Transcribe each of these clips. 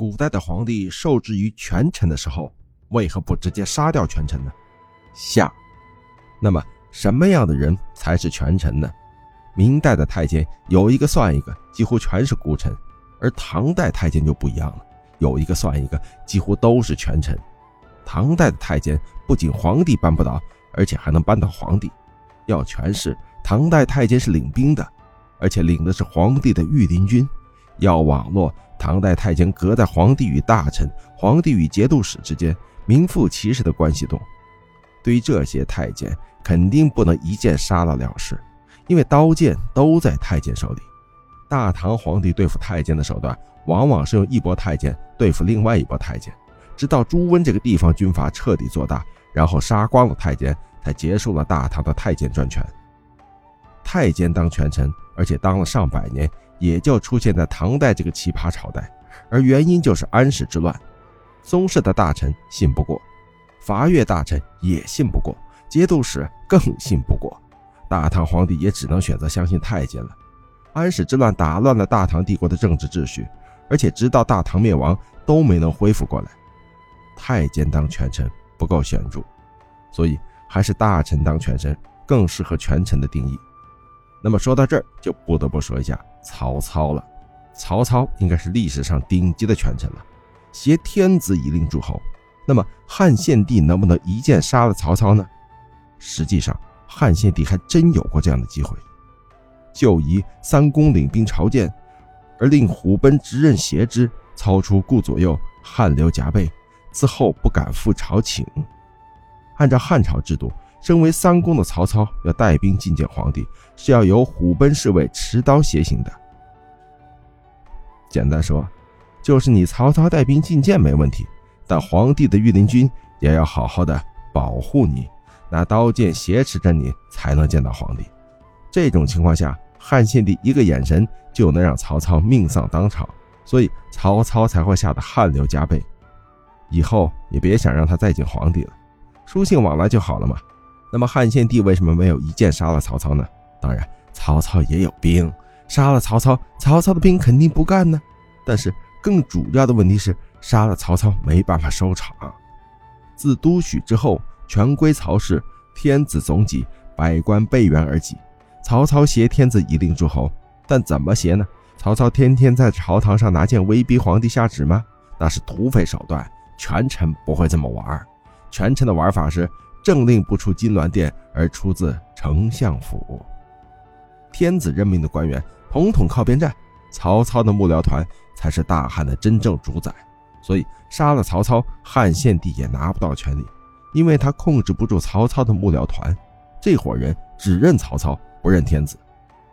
古代的皇帝受制于权臣的时候，为何不直接杀掉权臣呢？下。那么什么样的人才是权臣呢？明代的太监有一个算一个，几乎全是孤臣，而唐代太监就不一样了，有一个算一个，几乎都是权臣。唐代的太监不仅皇帝扳不倒，而且还能扳倒皇帝。要权势，唐代太监是领兵的，而且领的是皇帝的御林军。要网络，唐代太监隔在皇帝与大臣、皇帝与节度使之间，名副其实的关系洞。对于这些太监，肯定不能一剑杀了了事，因为刀剑都在太监手里。大唐皇帝对付太监的手段，往往是用一拨太监对付另外一拨太监，直到朱温这个地方军阀彻底做大，然后杀光了太监，才结束了大唐的太监专权。太监当权臣，而且当了上百年，也就出现在唐代这个奇葩朝代，而原因就是安史之乱。宗室的大臣信不过，伐越大臣也信不过，节度使更信不过，大唐皇帝也只能选择相信太监了。安史之乱打乱了大唐帝国的政治秩序，而且直到大唐灭亡都没能恢复过来。太监当权臣不够显著，所以还是大臣当权臣更适合权臣的定义。那么说到这儿，就不得不说一下曹操了。曹操应该是历史上顶级的权臣了，挟天子以令诸侯。那么汉献帝能不能一剑杀了曹操呢？实际上汉献帝还真有过这样的机会。就以三公领兵朝见，而令虎贲直任挟之，操出顾左右，汗流浃背，此后不敢复朝请。按照汉朝制度，身为三公的曹操要带兵觐见皇帝，是要由虎贲侍卫持刀携行的。简单说，就是你曹操带兵觐见没问题，但皇帝的御林军也要好好的保护你，拿刀剑挟持着你才能见到皇帝。这种情况下，汉献帝一个眼神就能让曹操命丧当场，所以曹操才会吓得汗流浃背。以后也别想让他再见皇帝了，书信往来就好了嘛。那么汉献帝为什么没有一剑杀了曹操呢？当然曹操也有兵，杀了曹操，曹操的兵肯定不干呢。但是更主要的问题是，杀了曹操没办法收场。自都许之后，权归曹氏，天子总己，百官备援而起。曹操挟天子以令诸侯，但怎么挟呢？曹操天天在朝堂上拿剑威逼皇帝下旨吗？那是土匪手段，权臣不会这么玩。权臣的玩法是政令不出金銮殿，而出自丞相府。天子任命的官员统统靠边站，曹操的幕僚团才是大汉的真正主宰。所以杀了曹操，汉献帝也拿不到权力，因为他控制不住曹操的幕僚团，这伙人只认曹操，不认天子。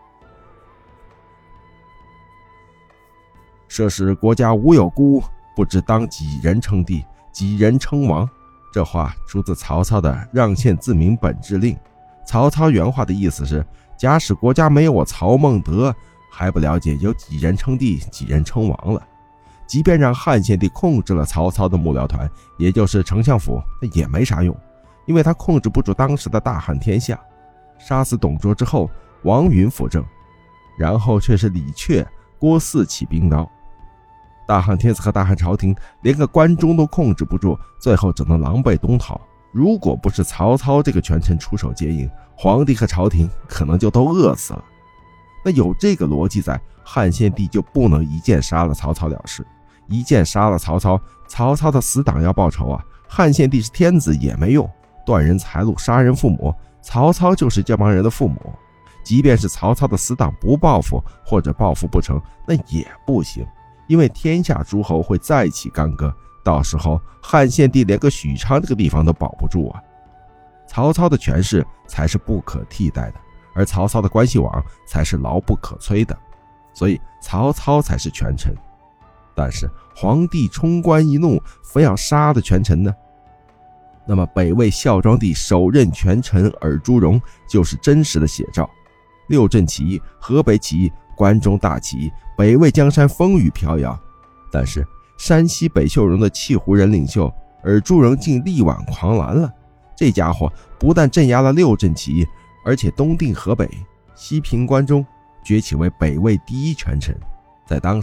设使国家无有孤，不知当几人称帝，几人称王。这话出自曹操的让县自明本制令。曹操原话的意思是，假使国家没有我曹孟德，还不了解有几人称帝，几人称王了。即便让汉献帝控制了曹操的幕僚团，也就是丞相府，那也没啥用，因为他控制不住当时的大汉天下。杀死董卓之后，王允辅政，然后却是李榷、郭汜起兵刀。大汉天子和大汉朝廷连个关中都控制不住，最后只能狼狈东逃。如果不是曹操这个权臣出手接应，皇帝和朝廷可能就都饿死了。那有这个逻辑在，汉献帝就不能一剑杀了曹操了事。一剑杀了曹操，曹操的死党要报仇啊，汉献帝是天子也没用，断人财路，杀人父母，曹操就是这帮人的父母。即便是曹操的死党不报复，或者报复不成，那也不行，因为天下诸侯会再起干戈，到时候汉献帝连个许昌这个地方都保不住啊。曹操的权势才是不可替代的，而曹操的关系网才是牢不可摧的，所以曹操才是权臣。但是皇帝冲冠一怒，非要杀了权臣呢？那么北魏孝庄帝首任权臣尔朱荣就是真实的写照。六镇起义、河北起义、关中大起义，北魏江山风雨飘摇，但是山西北秀容的契胡人领袖尔朱荣竟力挽狂澜了。这家伙不但镇压了六镇起义，而且东定河北，西平关中，崛起为北魏第一权臣。在当时，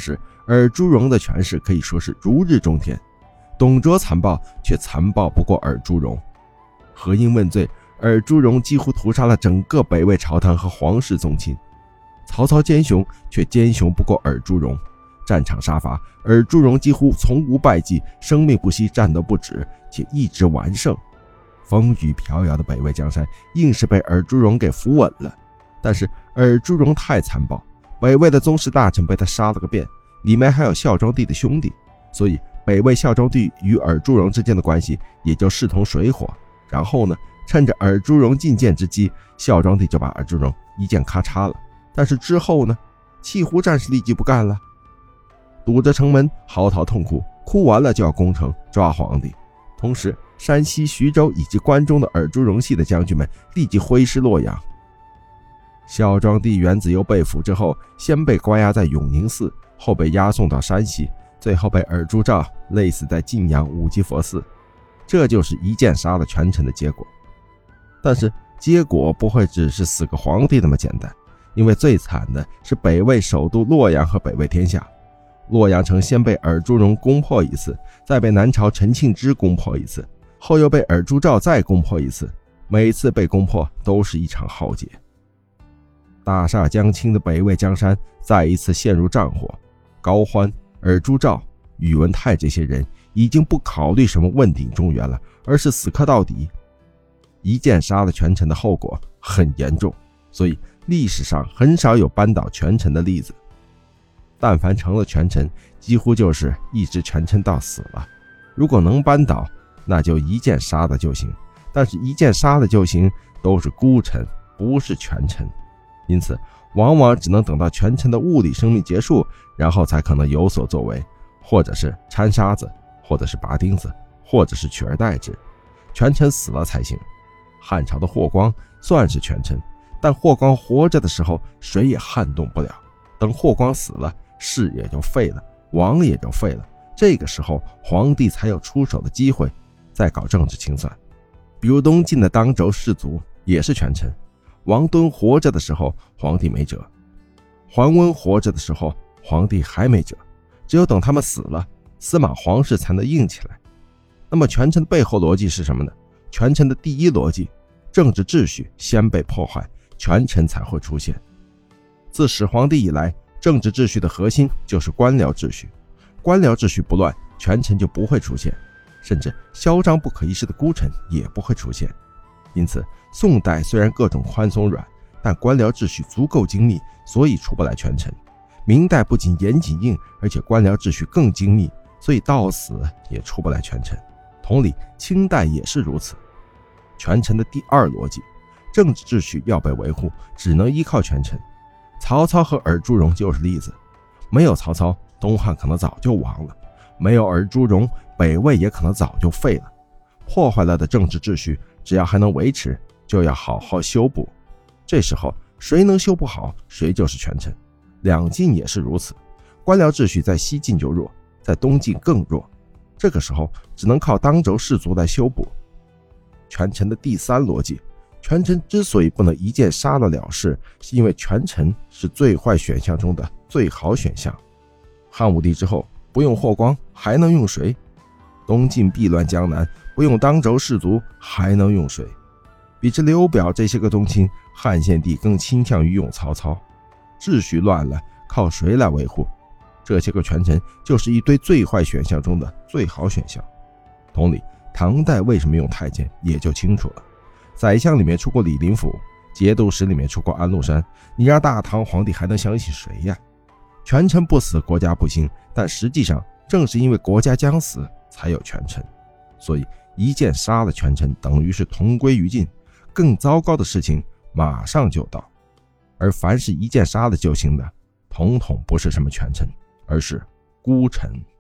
尔朱荣的权势可以说是如日中天，董卓残暴却残暴不过尔朱荣。何因问罪，尔朱荣几乎屠杀了整个北魏朝堂和皇室宗亲。曹操奸雄，却奸雄不过尔朱荣。战场杀伐，尔朱荣几乎从无败绩，生命不息，战斗不止，且一直完胜。风雨飘摇的北魏江山硬是被尔朱荣给扶稳了。但是尔朱荣太残暴，北魏的宗室大臣被他杀了个遍，里面还有孝庄帝的兄弟，所以北魏孝庄帝与尔朱荣之间的关系也就势同水火。然后呢，趁着尔朱荣进谏之机，孝庄帝就把尔朱荣一剑咔嚓了。但是之后呢，契胡战士立即不干了，堵着城门嚎啕痛哭，哭完了就要攻城抓皇帝。同时山西、徐州以及关中的尔朱荣系的将军们立即挥师洛阳。孝庄帝元子攸被俘之后，先被关押在永宁寺，后被押送到山西，最后被尔朱兆累死在晋阳五级佛寺。这就是一剑杀了权臣的结果。但是结果不会只是死个皇帝那么简单，因为最惨的是北魏首都洛阳和北魏天下。洛阳城先被尔朱荣攻破一次，再被南朝陈庆之攻破一次，后又被尔朱兆再攻破一次，每次被攻破都是一场浩劫。大厦将倾的北魏江山再一次陷入战火，高欢、尔朱兆、宇文泰这些人已经不考虑什么问鼎中原了，而是死磕到底。一剑杀了权臣的后果很严重，所以历史上很少有扳倒权臣的例子。但凡成了权臣，几乎就是一直权臣到死了。如果能扳倒，那就一剑杀了就行，但是一剑杀了就行都是孤臣，不是权臣。因此往往只能等到权臣的物理生命结束，然后才可能有所作为，或者是掺沙子，或者是拔钉子，或者是取而代之。权臣死了才行。汉朝的霍光算是权臣，但霍光活着的时候谁也撼动不了，等霍光死了，事也就废了，王也就废了，这个时候皇帝才有出手的机会，再搞政治清算。比如东晋的当轴氏族也是权臣，王敦活着的时候皇帝没辙，桓温活着的时候皇帝还没辙，只有等他们死了，司马皇室才能硬起来。那么权臣的背后逻辑是什么呢？权臣的第一逻辑，政治秩序先被破坏，权臣才会出现。自始皇帝以来，政治秩序的核心就是官僚秩序，官僚秩序不乱，权臣就不会出现，甚至嚣张不可一世的孤臣也不会出现。因此宋代虽然各种宽松软，但官僚秩序足够精密，所以出不来权臣。明代不仅严谨硬，而且官僚秩序更精密，所以到死也出不来权臣。同理，清代也是如此。权臣的第二逻辑，政治秩序要被维护，只能依靠权臣。曹操和尔朱荣就是例子，没有曹操，东汉可能早就亡了；没有尔朱荣，北魏也可能早就废了。破坏了的政治秩序，只要还能维持，就要好好修补。这时候谁能修补好，谁就是权臣。两晋也是如此，官僚秩序在西晋就弱，在东晋更弱，这个时候只能靠当轴氏族来修补。权臣的第三逻辑，权臣之所以不能一剑杀了了事，是因为权臣是最坏选项中的最好选项。汉武帝之后不用霍光还能用谁？东晋避乱江南不用当轴氏族还能用谁？比之刘表这些个宗亲，汉献帝更倾向于用曹操。秩序乱了，靠谁来维护？这些个权臣就是一堆最坏选项中的最好选项。同理，唐代为什么用太监也就清楚了。宰相里面出过李林甫，节度使里面出过安禄山，你让大唐皇帝还能相信谁呀？权臣不死，国家不兴，但实际上正是因为国家将死，才有权臣。所以一剑杀了权臣，等于是同归于尽，更糟糕的事情马上就到。而凡是一剑杀了就行的，统统不是什么权臣，而是孤臣。